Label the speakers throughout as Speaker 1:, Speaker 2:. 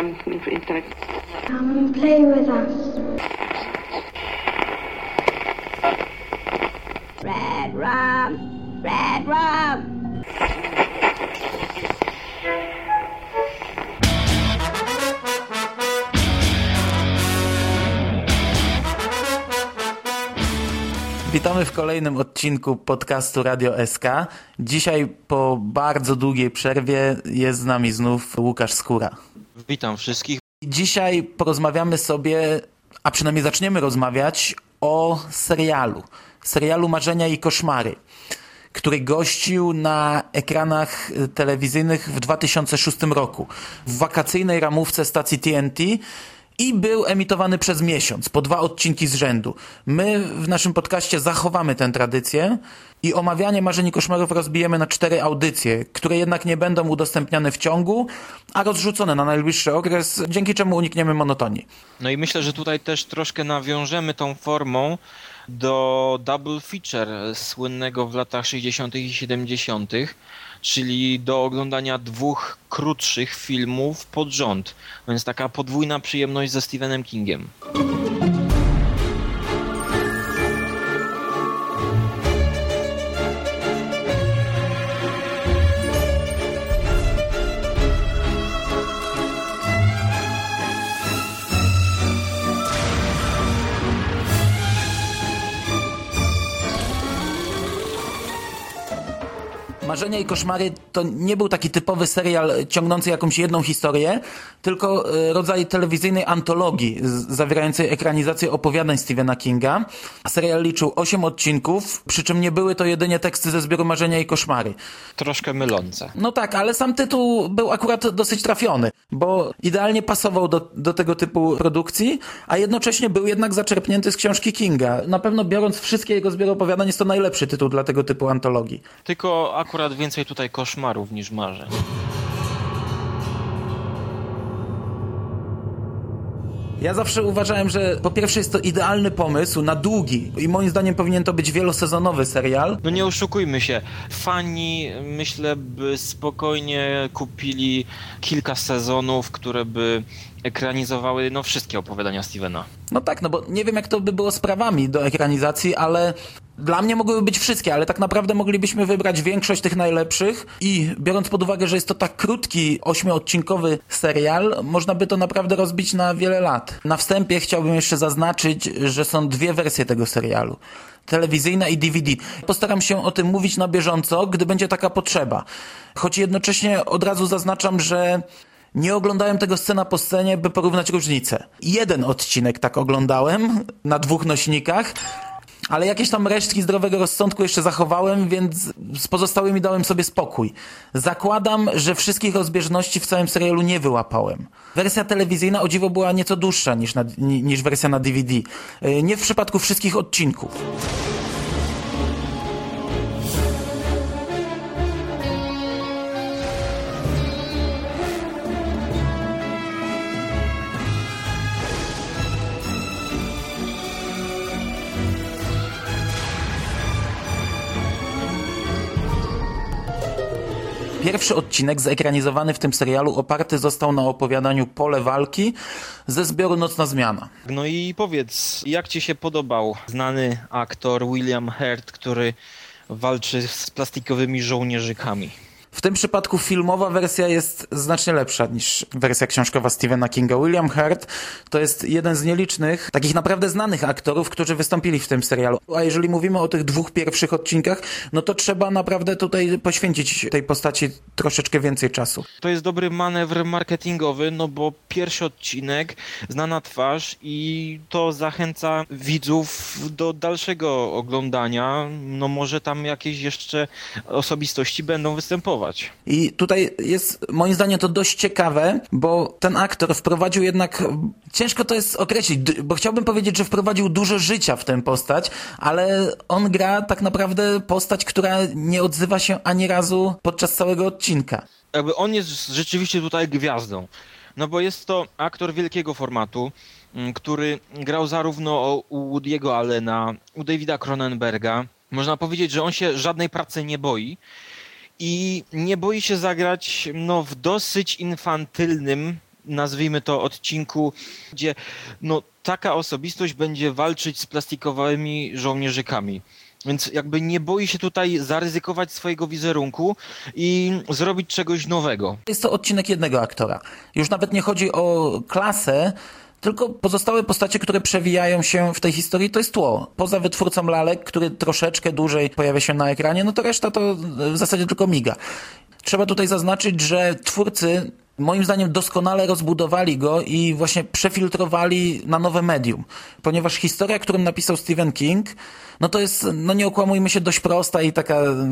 Speaker 1: Come and play with us. Red rum, red rum.
Speaker 2: Witamy w kolejnym odcinku podcastu Radio SK. Dzisiaj po bardzo długiej przerwie jest z nami znów Łukasz Skóra.
Speaker 3: Witam wszystkich.
Speaker 2: Dzisiaj porozmawiamy sobie, a przynajmniej zaczniemy rozmawiać o serialu Marzenia i Koszmary, który gościł na ekranach telewizyjnych w 2006 roku w wakacyjnej ramówce stacji TNT i był emitowany przez miesiąc, po 2 odcinki z rzędu. My w naszym podcaście zachowamy tę tradycję i omawianie Marzeń i Koszmarów rozbijemy na 4 audycje, które jednak nie będą udostępniane w ciągu, a rozrzucone na najbliższy okres, dzięki czemu unikniemy monotonii.
Speaker 3: No i myślę, że tutaj też troszkę nawiążemy tą formą do double feature słynnego w latach 60. i 70., czyli do oglądania 2 krótszych filmów pod rząd, więc taka podwójna przyjemność ze Stephenem Kingiem.
Speaker 2: Marzenia i Koszmary to nie był taki typowy serial ciągnący jakąś jedną historię, tylko rodzaj telewizyjnej antologii zawierającej ekranizację opowiadań Stephena Kinga. Serial liczył 8 odcinków, przy czym nie były to jedynie teksty ze zbioru Marzenia i Koszmary.
Speaker 3: Troszkę mylące.
Speaker 2: No tak, ale sam tytuł był akurat dosyć trafiony, bo idealnie pasował do tego typu produkcji, a jednocześnie był jednak zaczerpnięty z książki Kinga. Na pewno biorąc wszystkie jego zbiory opowiadań jest to najlepszy tytuł dla tego typu antologii.
Speaker 3: Tylko akurat więcej tutaj koszmarów niż marzeń.
Speaker 2: Ja zawsze uważałem, że po pierwsze jest to idealny pomysł na długi i moim zdaniem powinien to być wielosezonowy serial.
Speaker 3: No nie oszukujmy się, fani myślę by spokojnie kupili kilka sezonów, które by ekranizowały wszystkie opowiadania Stephena.
Speaker 2: No tak, no bo nie wiem jak to by było z prawami do ekranizacji, ale dla mnie mogłyby być wszystkie, ale tak naprawdę moglibyśmy wybrać większość tych najlepszych i biorąc pod uwagę, że jest to tak krótki, 8-odcinkowy serial, można by to naprawdę rozbić na wiele lat. Na wstępie chciałbym jeszcze zaznaczyć, że są 2 wersje tego serialu. Telewizyjna i DVD. Postaram się o tym mówić na bieżąco, gdy będzie taka potrzeba. Choć jednocześnie od razu zaznaczam, że nie oglądałem tego scena po scenie, by porównać różnice. 1 odcinek tak oglądałem na 2 nośnikach, ale jakieś tam resztki zdrowego rozsądku jeszcze zachowałem, więc z pozostałymi dałem sobie spokój. Zakładam, że wszystkich rozbieżności w całym serialu nie wyłapałem. Wersja telewizyjna o dziwo była nieco dłuższa niż wersja na DVD. Nie w przypadku wszystkich odcinków. Pierwszy odcinek zekranizowany w tym serialu oparty został na opowiadaniu Pole walki ze zbioru Nocna zmiana.
Speaker 3: No i powiedz, jak ci się podobał znany aktor William Hurt, który walczy z plastikowymi żołnierzykami?
Speaker 2: W tym przypadku filmowa wersja jest znacznie lepsza niż wersja książkowa Stephena Kinga. William Hurt to jest jeden z nielicznych, takich naprawdę znanych aktorów, którzy wystąpili w tym serialu. A jeżeli mówimy o tych 2 pierwszych odcinkach, no to trzeba naprawdę tutaj poświęcić tej postaci troszeczkę więcej czasu.
Speaker 3: To jest dobry manewr marketingowy, no bo pierwszy odcinek, znana twarz i to zachęca widzów do dalszego oglądania. No może tam jakieś jeszcze osobistości będą występować.
Speaker 2: I tutaj jest moim zdaniem to dość ciekawe, bo ten aktor wprowadził jednak, ciężko to jest określić, bo chciałbym powiedzieć, że wprowadził dużo życia w tę postać, ale on gra tak naprawdę postać, która nie odzywa się ani razu podczas całego odcinka.
Speaker 3: Jakby on jest rzeczywiście tutaj gwiazdą, no bo jest to aktor wielkiego formatu, który grał zarówno u Woody'ego Allena, u Davida Cronenberga. Można powiedzieć, że on się żadnej pracy nie boi i nie boi się zagrać w dosyć infantylnym nazwijmy to, odcinku, gdzie no, taka osobistość będzie walczyć z plastikowymi żołnierzykami. Więc jakby nie boi się tutaj zaryzykować swojego wizerunku i zrobić czegoś nowego.
Speaker 2: Jest to odcinek jednego aktora. Już nawet nie chodzi o klasę, tylko pozostałe postacie, które przewijają się w tej historii, to jest tło. Poza wytwórcą lalek, który troszeczkę dłużej pojawia się na ekranie, no to reszta to w zasadzie tylko miga. Trzeba tutaj zaznaczyć, że twórcy moim zdaniem doskonale rozbudowali go i właśnie przefiltrowali na nowe medium. Ponieważ historia, którą napisał Stephen King, no to jest, no nie okłamujmy się, dość prosta i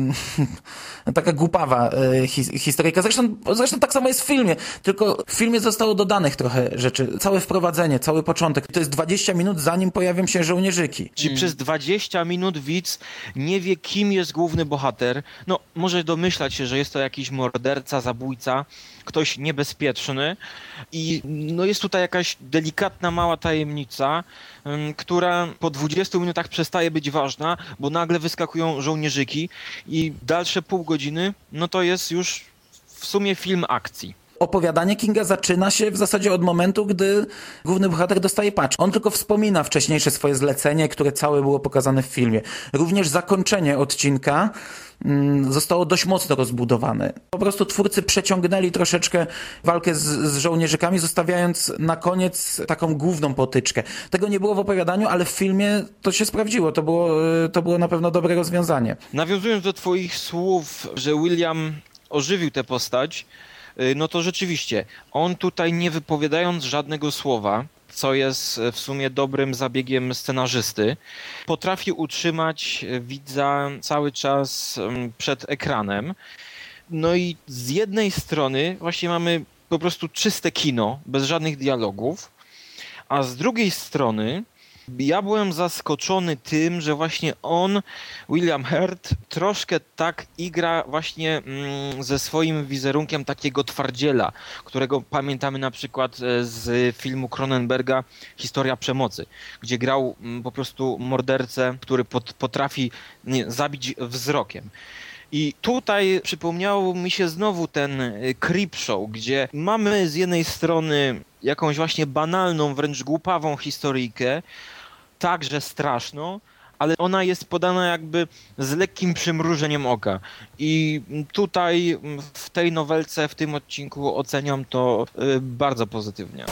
Speaker 2: taka głupawa historyjka. Zresztą tak samo jest w filmie, tylko w filmie zostało dodanych trochę rzeczy. Całe wprowadzenie, cały początek. To jest 20 minut, zanim pojawią się żołnierzyki.
Speaker 3: Czyli przez 20 minut widz nie wie, kim jest główny bohater. No, może domyślać się, że jest to jakiś morderca, zabójca, ktoś niebezpieczny i no jest tutaj jakaś delikatna, mała tajemnica, która po 20 minutach przestaje być ważna, bo nagle wyskakują żołnierzyki i dalsze pół godziny, no to jest już w sumie film akcji.
Speaker 2: Opowiadanie Kinga zaczyna się w zasadzie od momentu, gdy główny bohater dostaje patch. On tylko wspomina wcześniejsze swoje zlecenie, które całe było pokazane w filmie. Również zakończenie odcinka zostało dość mocno rozbudowane. Po prostu twórcy przeciągnęli troszeczkę walkę z żołnierzykami, zostawiając na koniec taką główną potyczkę. Tego nie było w opowiadaniu, ale w filmie to się sprawdziło. To było na pewno dobre rozwiązanie.
Speaker 3: Nawiązując do twoich słów, że William ożywił tę postać, no to rzeczywiście, on tutaj nie wypowiadając żadnego słowa, co jest w sumie dobrym zabiegiem scenarzysty, potrafi utrzymać widza cały czas przed ekranem. No i z jednej strony właśnie mamy po prostu czyste kino, bez żadnych dialogów, a z drugiej strony ja byłem zaskoczony tym, że właśnie on, William Hurt, troszkę tak igra właśnie ze swoim wizerunkiem takiego twardziela, którego pamiętamy na przykład z filmu Cronenberga Historia przemocy, gdzie grał po prostu mordercę, który potrafi zabić wzrokiem. I tutaj przypomniało mi się znowu ten Creepshow, gdzie mamy z jednej strony jakąś właśnie banalną, wręcz głupawą historyjkę, także straszną, ale ona jest podana jakby z lekkim przymrużeniem oka. I tutaj w tej nowelce, w tym odcinku oceniam to bardzo pozytywnie.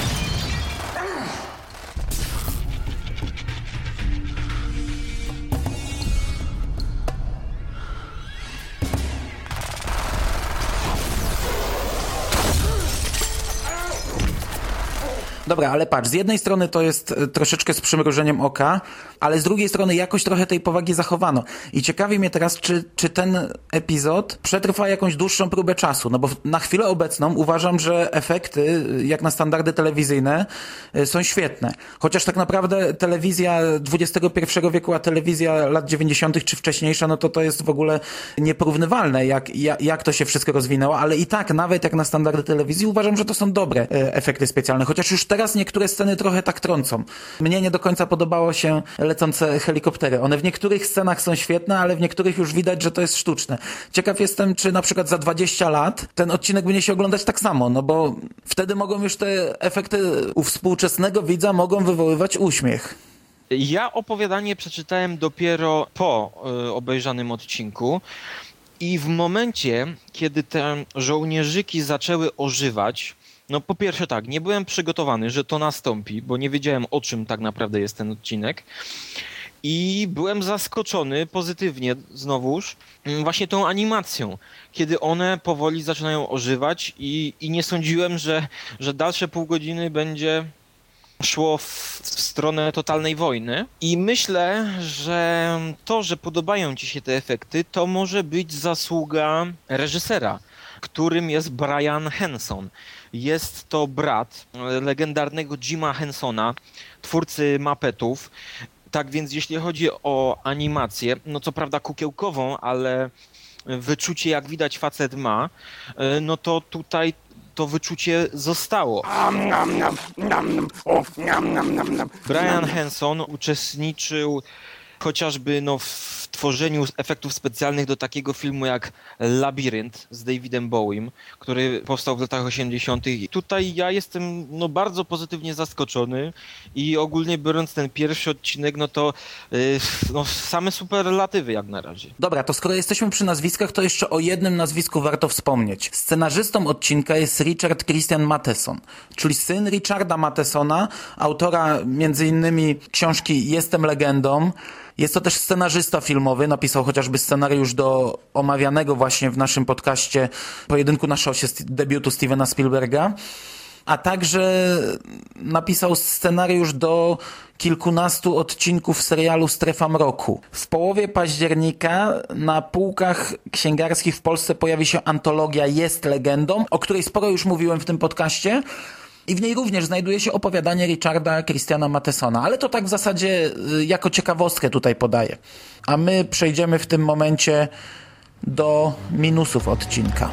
Speaker 2: Dobra, ale patrz, z jednej strony to jest troszeczkę z przymrużeniem oka, ale z drugiej strony jakoś trochę tej powagi zachowano. I ciekawi mnie teraz, czy ten epizod przetrwa jakąś dłuższą próbę czasu, no bo na chwilę obecną uważam, że efekty, jak na standardy telewizyjne, są świetne. Chociaż tak naprawdę telewizja XXI wieku, a telewizja lat 90. czy wcześniejsza, no to jest w ogóle nieporównywalne, jak to się wszystko rozwinęło, ale i tak, nawet jak na standardy telewizji, uważam, że to są dobre efekty specjalne, chociaż już teraz niektóre sceny trochę tak trącą. Mnie nie do końca podobało się lecące helikoptery. One w niektórych scenach są świetne, ale w niektórych już widać, że to jest sztuczne. Ciekaw jestem, czy na przykład za 20 lat ten odcinek będzie się oglądać tak samo, no bo wtedy mogą już te efekty u współczesnego widza mogą wywoływać uśmiech.
Speaker 3: Ja opowiadanie przeczytałem dopiero po obejrzanym odcinku i w momencie, kiedy te żołnierzyki zaczęły ożywać, no po pierwsze tak, nie byłem przygotowany, że to nastąpi, bo nie wiedziałem, o czym tak naprawdę jest ten odcinek. I byłem zaskoczony pozytywnie znowuż właśnie tą animacją, kiedy one powoli zaczynają ożywać i nie sądziłem, że dalsze pół godziny będzie szło w stronę totalnej wojny. I myślę, że to, że podobają ci się te efekty, to może być zasługa reżysera, którym jest Brian Henson. Jest to brat legendarnego Jima Hensona, twórcy Muppetów. Tak więc jeśli chodzi o animację, no co prawda kukiełkową, ale wyczucie, jak widać, facet ma, no to tutaj to wyczucie zostało. Brian Henson uczestniczył chociażby w w tworzeniu efektów specjalnych do takiego filmu jak Labirynt z Davidem Bowiem, który powstał w latach 80. I tutaj ja jestem bardzo pozytywnie zaskoczony i ogólnie biorąc ten pierwszy odcinek, to same superlatywy jak na razie.
Speaker 2: Dobra, to skoro jesteśmy przy nazwiskach, to jeszcze o jednym nazwisku warto wspomnieć. Scenarzystą odcinka jest Richard Christian Matheson, czyli syn Richarda Mathesona, autora między innymi książki Jestem legendą. Jest to też scenarzysta filmowy, napisał chociażby scenariusz do omawianego właśnie w naszym podcaście Pojedynku na szosie debiutu Stevena Spielberga, a także napisał scenariusz do kilkunastu odcinków serialu Strefa Mroku. W połowie października na półkach księgarskich w Polsce pojawi się antologia Jest legendą, o której sporo już mówiłem w tym podcaście. I w niej również znajduje się opowiadanie Richarda Christiana Mathesona, ale to tak w zasadzie jako ciekawostkę tutaj podaję. A my przejdziemy w tym momencie do minusów odcinka.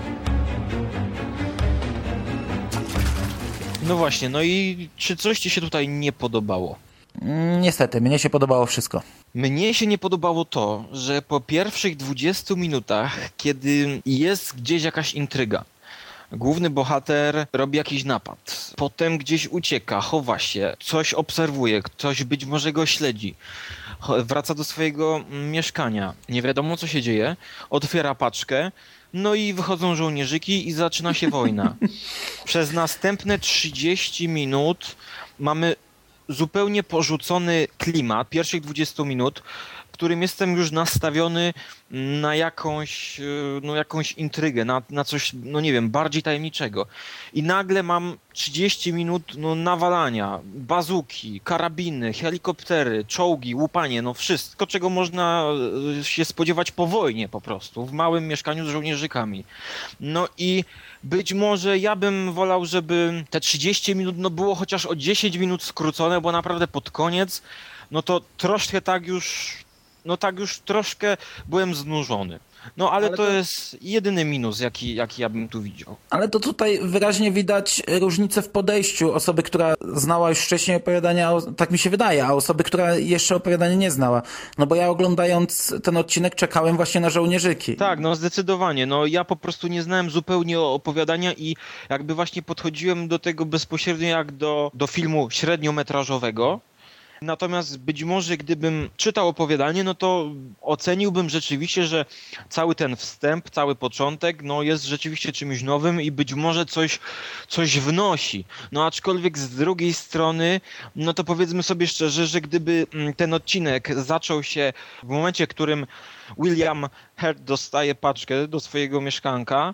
Speaker 3: No właśnie, i czy coś ci się tutaj nie podobało?
Speaker 2: Niestety, mnie się podobało wszystko.
Speaker 3: Mnie się nie podobało to, że po pierwszych 20 minutach, kiedy jest gdzieś jakaś intryga, główny bohater robi jakiś napad, potem gdzieś ucieka, chowa się, coś obserwuje, ktoś być może go śledzi, wraca do swojego mieszkania, nie wiadomo co się dzieje, otwiera paczkę, i wychodzą żołnierzyki i zaczyna się wojna. Przez następne 30 minut mamy zupełnie porzucony klimat pierwszych 20 minut, którym jestem już nastawiony na jakąś intrygę, na coś, nie wiem, bardziej tajemniczego. I nagle mam 30 minut nawalania, bazuki, karabiny, helikoptery, czołgi, łupanie, wszystko, czego można się spodziewać po wojnie po prostu, w małym mieszkaniu z żołnierzykami. I być może ja bym wolał, żeby te 30 minut było chociaż o 10 minut skrócone, bo naprawdę pod koniec, to troszkę tak już troszkę byłem znużony. Ale to jest jedyny minus, jaki ja bym tu widział.
Speaker 2: Ale to tutaj wyraźnie widać różnicę w podejściu osoby, która znała już wcześniej opowiadania, tak mi się wydaje, a osoby, która jeszcze opowiadania nie znała. Bo ja oglądając ten odcinek czekałem właśnie na żołnierzyki.
Speaker 3: Tak, zdecydowanie. Ja po prostu nie znałem zupełnie opowiadania i jakby właśnie podchodziłem do tego bezpośrednio jak do filmu średniometrażowego. Natomiast być może gdybym czytał opowiadanie, to oceniłbym rzeczywiście, że cały ten wstęp, cały początek jest rzeczywiście czymś nowym i być może coś wnosi. Aczkolwiek z drugiej strony, to powiedzmy sobie szczerze, że gdyby ten odcinek zaczął się w momencie, w którym William Hurt dostaje paczkę do swojego mieszkanka,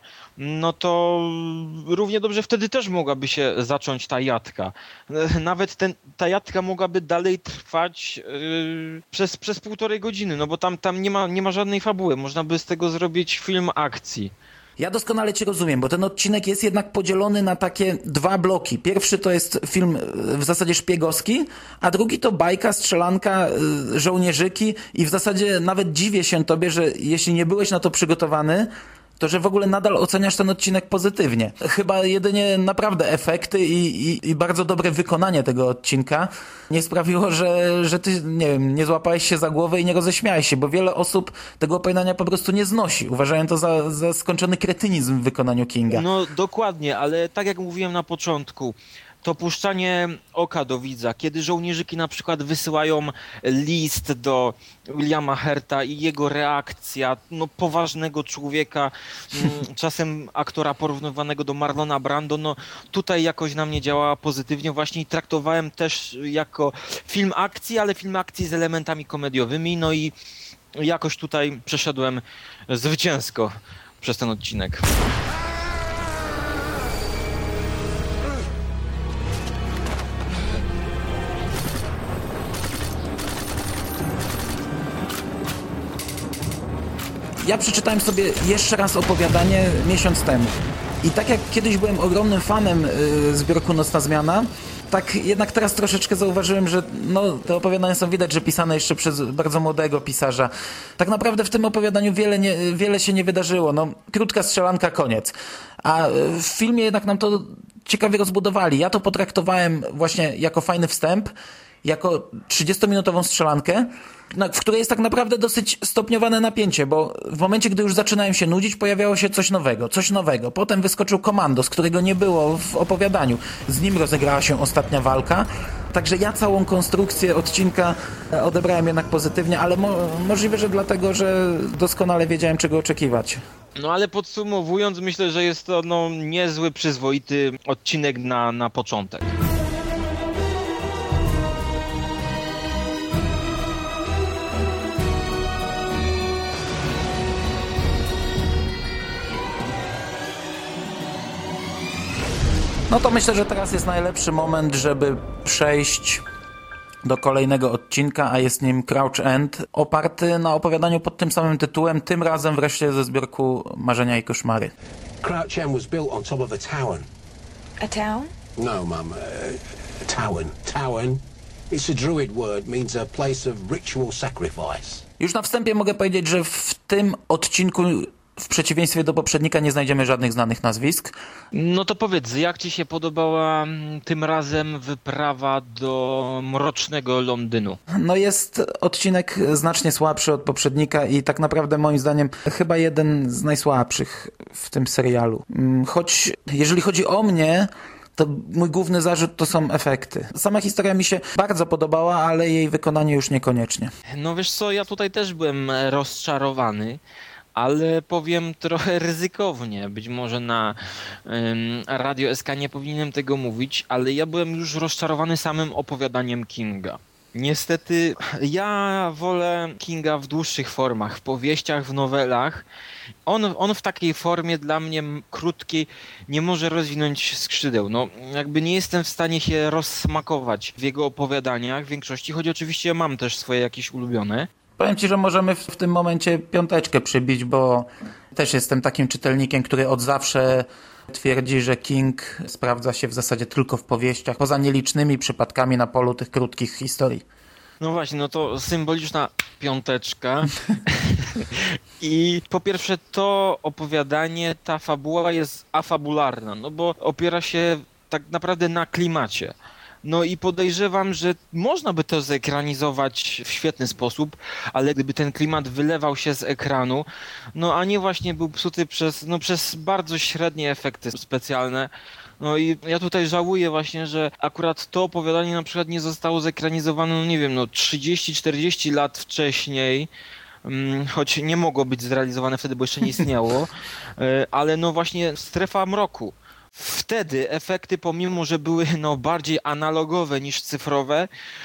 Speaker 3: to równie dobrze wtedy też mogłaby się zacząć ta jatka. Nawet ta jatka mogłaby dalej trwać przez 1,5 godziny, bo tam nie ma żadnej fabuły. Można by z tego zrobić film akcji.
Speaker 2: Ja doskonale cię rozumiem, bo ten odcinek jest jednak podzielony na takie dwa bloki. Pierwszy to jest film w zasadzie szpiegowski, a drugi to bajka, strzelanka, żołnierzyki i w zasadzie nawet dziwię się tobie, że jeśli nie byłeś na to przygotowany, to że w ogóle nadal oceniasz ten odcinek pozytywnie. Chyba jedynie naprawdę efekty i bardzo dobre wykonanie tego odcinka nie sprawiło, że ty, nie wiem, nie złapałeś się za głowę i nie roześmiałeś się, bo wiele osób tego opowiadania po prostu nie znosi. Uważają to za skończony kretynizm w wykonaniu Kinga.
Speaker 3: Dokładnie, ale tak jak mówiłem na początku, to puszczanie oka do widza, kiedy żołnierzyki na przykład wysyłają list do Williama Hurta i jego reakcja, poważnego człowieka, czasem aktora porównywanego do Marlona Brando, tutaj jakoś na mnie działała pozytywnie właśnie i traktowałem też jako film akcji, ale film akcji z elementami komediowymi, i jakoś tutaj przeszedłem zwycięsko przez ten odcinek.
Speaker 2: Ja przeczytałem sobie jeszcze raz opowiadanie miesiąc temu. I tak jak kiedyś byłem ogromnym fanem zbiorku Nocna Zmiana, tak jednak teraz troszeczkę zauważyłem, że te opowiadania są widać, że pisane jeszcze przez bardzo młodego pisarza. Tak naprawdę w tym opowiadaniu wiele się nie wydarzyło. Krótka strzelanka, koniec. A w filmie jednak nam to ciekawie rozbudowali. Ja to potraktowałem właśnie jako fajny wstęp jako 30-minutową strzelankę, w której jest tak naprawdę dosyć stopniowane napięcie, bo w momencie, gdy już zaczynałem się nudzić, pojawiało się coś nowego. Potem wyskoczył Komandos, którego nie było w opowiadaniu. Z nim rozegrała się ostatnia walka. Także ja całą konstrukcję odcinka odebrałem jednak pozytywnie, ale możliwe, że dlatego, że doskonale wiedziałem, czego oczekiwać.
Speaker 3: No ale podsumowując, myślę, że jest to niezły, przyzwoity odcinek na początek.
Speaker 2: No to myślę, że teraz jest najlepszy moment, żeby przejść do kolejnego odcinka, a jest nim Crouch End, oparty na opowiadaniu pod tym samym tytułem, tym razem wreszcie ze zbiorku Marzenia i Koszmary.
Speaker 4: Crouch End was built on top of a tavern.
Speaker 5: A town?
Speaker 4: No, Mum, a tavern. Tavern. It's a druid word, means a place of ritual sacrifice.
Speaker 2: Już na wstępie mogę powiedzieć, że w tym odcinku w przeciwieństwie do poprzednika nie znajdziemy żadnych znanych nazwisk.
Speaker 3: No to powiedz, jak ci się podobała tym razem wyprawa do mrocznego Londynu?
Speaker 2: No jest odcinek znacznie słabszy od poprzednika i tak naprawdę moim zdaniem chyba jeden z najsłabszych w tym serialu. Choć jeżeli chodzi o mnie, to mój główny zarzut to są efekty. Sama historia mi się bardzo podobała, ale jej wykonanie już niekoniecznie.
Speaker 3: No wiesz co, ja tutaj też byłem rozczarowany. Ale powiem trochę ryzykownie, być może na Radio SK nie powinienem tego mówić, ale ja byłem już rozczarowany samym opowiadaniem Kinga. Niestety ja wolę Kinga w dłuższych formach, w powieściach, w nowelach. On w takiej formie dla mnie krótkiej nie może rozwinąć skrzydeł. No jakby nie jestem w stanie się rozsmakować w jego opowiadaniach w większości, choć oczywiście mam też swoje jakieś ulubione.
Speaker 2: Powiem ci, że możemy w tym momencie 5 przybić, bo też jestem takim czytelnikiem, który od zawsze twierdzi, że King sprawdza się w zasadzie tylko w powieściach, poza nielicznymi przypadkami na polu tych krótkich historii.
Speaker 3: No właśnie, no to symboliczna 5. I po pierwsze to opowiadanie, ta fabuła jest afabularna, no bo opiera się tak naprawdę na klimacie. No i podejrzewam, że można by to zekranizować w świetny sposób, ale gdyby ten klimat wylewał się z ekranu, no a nie właśnie był psuty przez bardzo średnie efekty specjalne. No i ja tutaj żałuję właśnie, że akurat to opowiadanie na przykład nie zostało zekranizowane, no nie wiem, 30-40 lat wcześniej, choć nie mogło być zrealizowane wtedy, bo jeszcze nie istniało, ale no właśnie Strefa Mroku. Wtedy efekty, pomimo że były bardziej analogowe niż cyfrowe,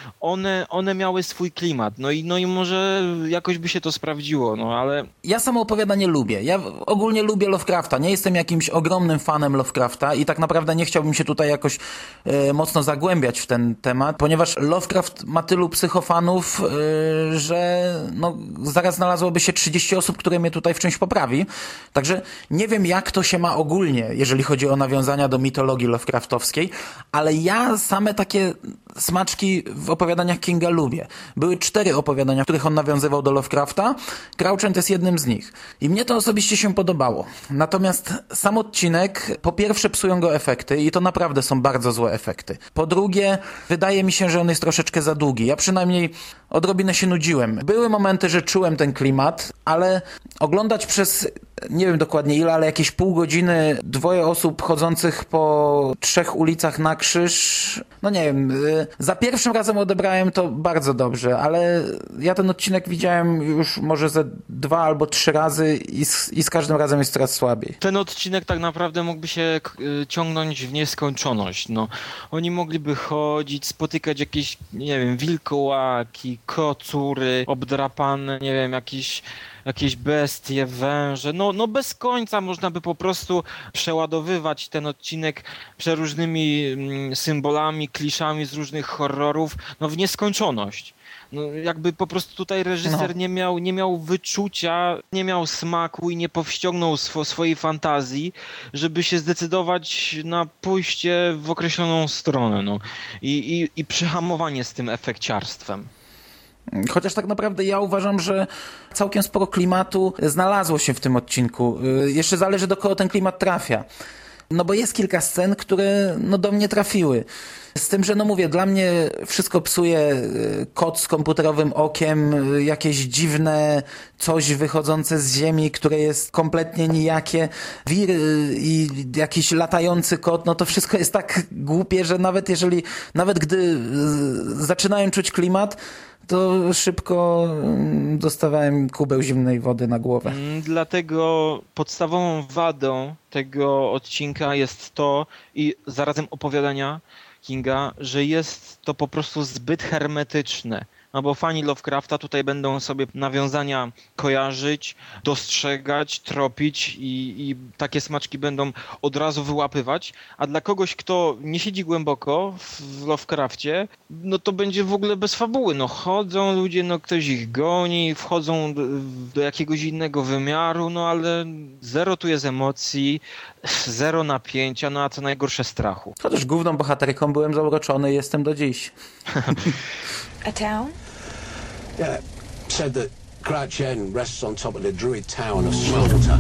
Speaker 3: one miały swój klimat. No i może jakoś by się to sprawdziło, ale...
Speaker 2: Ja samo opowiadanie lubię. Ja ogólnie lubię Lovecrafta. Nie jestem jakimś ogromnym fanem Lovecrafta i tak naprawdę nie chciałbym się tutaj jakoś mocno zagłębiać w ten temat, ponieważ Lovecraft ma tylu psychofanów, że zaraz znalazłoby się 30 osób, które mnie tutaj w czymś poprawi. Także nie wiem, jak to się ma ogólnie, jeżeli chodzi o nawiązania do mitologii Lovecraftowskiej, ale ja same takie smaczki w opowiadaniach Kinga lubię. Były 4 opowiadania, w których on nawiązywał do Lovecrafta. Crouch End jest jednym z nich. I mnie to osobiście się podobało. Natomiast sam odcinek, po pierwsze psują go efekty i to naprawdę są bardzo złe efekty. Po drugie, wydaje mi się, że on jest troszeczkę za długi. Ja przynajmniej odrobinę się nudziłem. Były momenty, że czułem ten klimat, ale oglądać przez, nie wiem dokładnie ile, ale jakieś pół godziny 2 osób chodzących po 3 ulicach na krzyż, nie wiem, za pierwszym razem odebrałem to bardzo dobrze, ale ja ten odcinek widziałem już może ze 2 albo 3 razy i z każdym razem jest coraz słabiej.
Speaker 3: Ten odcinek tak naprawdę mógłby się ciągnąć w nieskończoność. Oni mogliby chodzić, spotykać jakieś, nie wiem, wilkołaki, kocury, obdrapane, nie wiem, jakieś bestie, węże. Bez końca można by po prostu przeładowywać ten odcinek przeróżnymi symbolami, kliszami z różnych horrorów, w nieskończoność. Jakby po prostu tutaj reżyser nie miał wyczucia, nie miał smaku i nie powściągnął swojej fantazji, żeby się zdecydować na pójście w określoną stronę. I przyhamowanie z tym efekciarstwem.
Speaker 2: Chociaż tak naprawdę ja uważam, że całkiem sporo klimatu znalazło się w tym odcinku. Jeszcze zależy, do kogo ten klimat trafia. No bo jest kilka scen, które no do mnie trafiły. Z tym, że no mówię, dla mnie wszystko psuje kot z komputerowym okiem, jakieś dziwne coś wychodzące z ziemi, które jest kompletnie nijakie, wir i jakiś latający kot, no to wszystko jest tak głupie, że nawet gdy zaczynałem czuć klimat, to szybko dostawałem kubeł zimnej wody na głowę.
Speaker 3: Dlatego podstawową wadą tego odcinka jest to i zarazem opowiadania Kinga, że jest to po prostu zbyt hermetyczne. No bo fani Lovecrafta tutaj będą sobie nawiązania kojarzyć, dostrzegać, tropić i takie smaczki będą od razu wyłapywać. A dla kogoś, kto nie siedzi głęboko w Lovecrafcie, no to będzie w ogóle bez fabuły. No chodzą ludzie, no ktoś ich goni, wchodzą do jakiegoś innego wymiaru, no ale zero tu jest emocji, zero napięcia, no a co najgorsze strachu.
Speaker 2: Chociaż główną bohaterką byłem zauroczony i jestem do dziś.
Speaker 5: A town?
Speaker 4: Yeah, said that Crouch End rests on top of the druid town of Slaughter.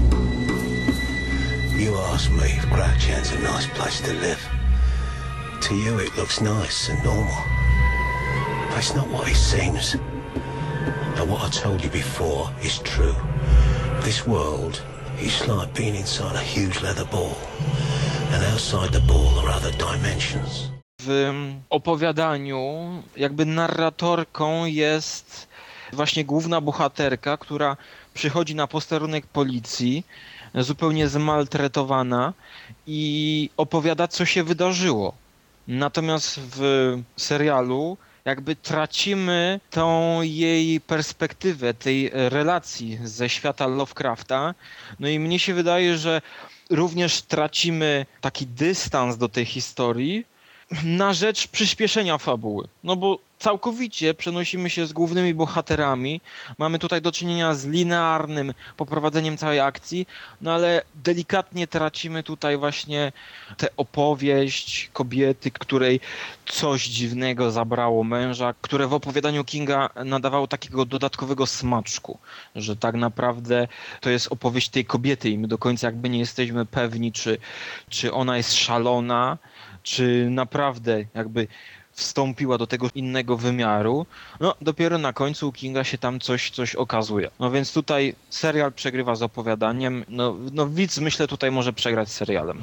Speaker 6: You asked me if Crouch End's a nice place to live. To you it looks nice and normal. But it's not what it seems. And what I told you before is true. This world is like being inside a huge leather ball. And outside the ball are other dimensions.
Speaker 3: W opowiadaniu jakby narratorką jest właśnie główna bohaterka, która przychodzi na posterunek policji, zupełnie zmaltretowana i opowiada, co się wydarzyło. Natomiast w serialu jakby tracimy tą jej perspektywę, tej relacji ze świata Lovecrafta. No i mnie się wydaje, że również tracimy taki dystans do tej historii, na rzecz przyspieszenia fabuły. No bo całkowicie przenosimy się z głównymi bohaterami. Mamy tutaj do czynienia z linearnym poprowadzeniem całej akcji, no ale delikatnie tracimy tutaj właśnie tę opowieść kobiety, której coś dziwnego zabrało męża, które w opowiadaniu Kinga nadawało takiego dodatkowego smaczku, że tak naprawdę to jest opowieść tej kobiety i my do końca jakby nie jesteśmy pewni, czy ona jest szalona, czy naprawdę jakby wstąpiła do tego innego wymiaru. No dopiero na końcu u Kinga się tam coś okazuje. No więc tutaj serial przegrywa z opowiadaniem. No widz myślę tutaj może przegrać z serialem.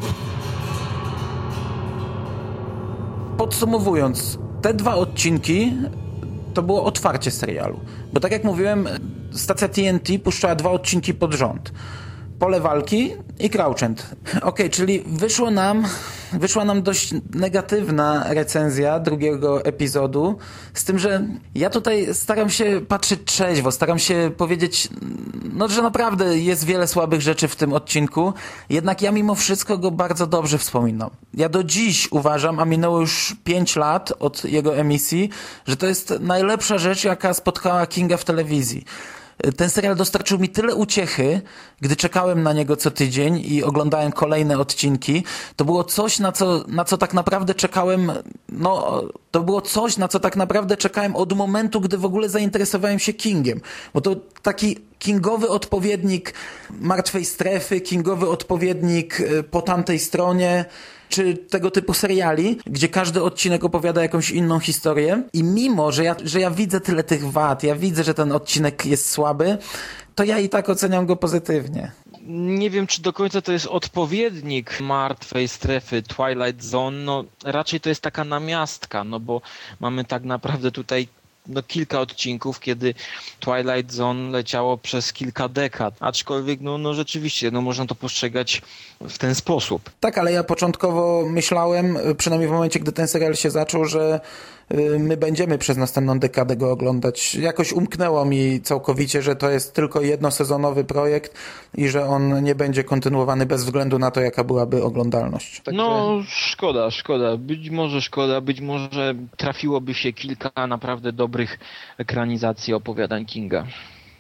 Speaker 2: Podsumowując, te 2 odcinki to było otwarcie serialu. Bo tak jak mówiłem, stacja TNT puszczała 2 odcinki pod rząd. Pole walki i Crouch End. Okej, czyli wyszła nam dość negatywna recenzja drugiego epizodu, z tym, że ja tutaj staram się patrzeć trzeźwo, staram się powiedzieć, no, że naprawdę jest wiele słabych rzeczy w tym odcinku, jednak ja mimo wszystko go bardzo dobrze wspominam. Ja do dziś uważam, a minęło już 5 lat od jego emisji, że to jest najlepsza rzecz, jaka spotkała Kinga w telewizji. Ten serial dostarczył mi tyle uciechy, gdy czekałem na niego co tydzień i oglądałem kolejne odcinki. To było coś, na co tak naprawdę czekałem, to było coś, na co tak naprawdę czekałem od momentu, gdy w ogóle zainteresowałem się Kingiem. Bo to taki kingowy odpowiednik Martwej Strefy, kingowy odpowiednik Po tamtej stronie, czy tego typu seriali, gdzie każdy odcinek opowiada jakąś inną historię i mimo, że ja widzę tyle tych wad, ja widzę, że ten odcinek jest słaby, to ja i tak oceniam go pozytywnie.
Speaker 3: Nie wiem, czy do końca to jest odpowiednik Martwej Strefy, Twilight Zone, no raczej to jest taka namiastka, no bo mamy tak naprawdę tutaj kilka odcinków, kiedy Twilight Zone leciało przez kilka dekad. Aczkolwiek, no rzeczywiście, można to postrzegać w ten sposób.
Speaker 2: Tak, ale ja początkowo myślałem, przynajmniej w momencie, gdy ten serial się zaczął, że my będziemy przez następną dekadę go oglądać. Jakoś umknęło mi całkowicie, że to jest tylko jednosezonowy projekt i że on nie będzie kontynuowany bez względu na to, jaka byłaby oglądalność. Także...
Speaker 3: No, szkoda. Być może trafiłoby się kilka naprawdę dobrych ekranizacji opowiadań Kinga.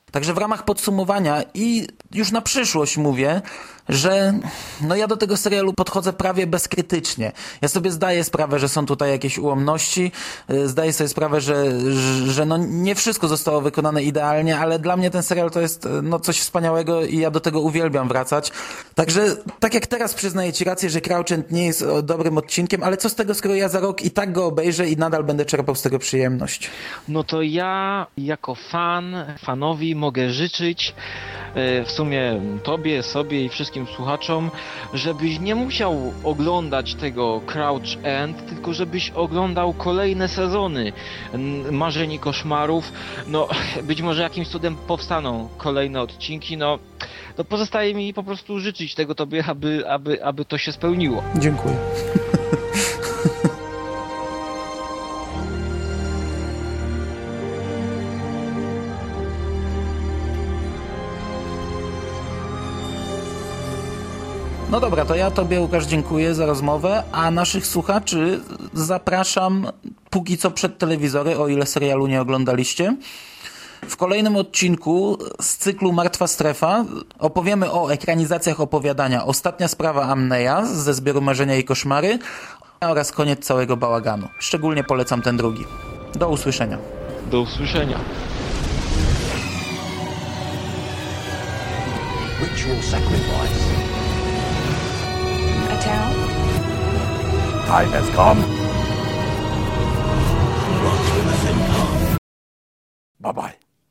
Speaker 2: Także w ramach podsumowania i już na przyszłość mówię, że ja do tego serialu podchodzę prawie bezkrytycznie. Ja sobie zdaję sprawę, że są tutaj jakieś ułomności, zdaję sobie sprawę, że nie wszystko zostało wykonane idealnie, ale dla mnie ten serial to jest coś wspaniałego i ja do tego uwielbiam wracać. Także tak jak teraz przyznaję Ci rację, że Crouch End nie jest dobrym odcinkiem, ale co z tego, skoro ja za rok i tak go obejrzę i nadal będę czerpał z tego przyjemność.
Speaker 3: No to ja jako fanowi mogę życzyć w sumie tobie, sobie i wszystkim słuchaczom, żebyś nie musiał oglądać tego Crouch End, tylko żebyś oglądał kolejne sezony Marzeń i Koszmarów. No, być może jakimś cudem powstaną kolejne odcinki, no pozostaje mi po prostu życzyć tego tobie, aby to się spełniło.
Speaker 2: Dziękuję. No dobra, to ja tobie, Łukasz, dziękuję za rozmowę, a naszych słuchaczy zapraszam póki co przed telewizory, o ile serialu nie oglądaliście. W kolejnym odcinku z cyklu Martwa Strefa opowiemy o ekranizacjach opowiadania Ostatnia sprawa Amneya ze zbioru Marzenia i Koszmary oraz Koniec całego bałaganu. Szczególnie polecam ten drugi. Do usłyszenia.
Speaker 3: Do usłyszenia.
Speaker 4: Ritual sacrifice.
Speaker 5: A town?
Speaker 7: Time has come.
Speaker 6: Run through the thin path.
Speaker 7: Bye-bye.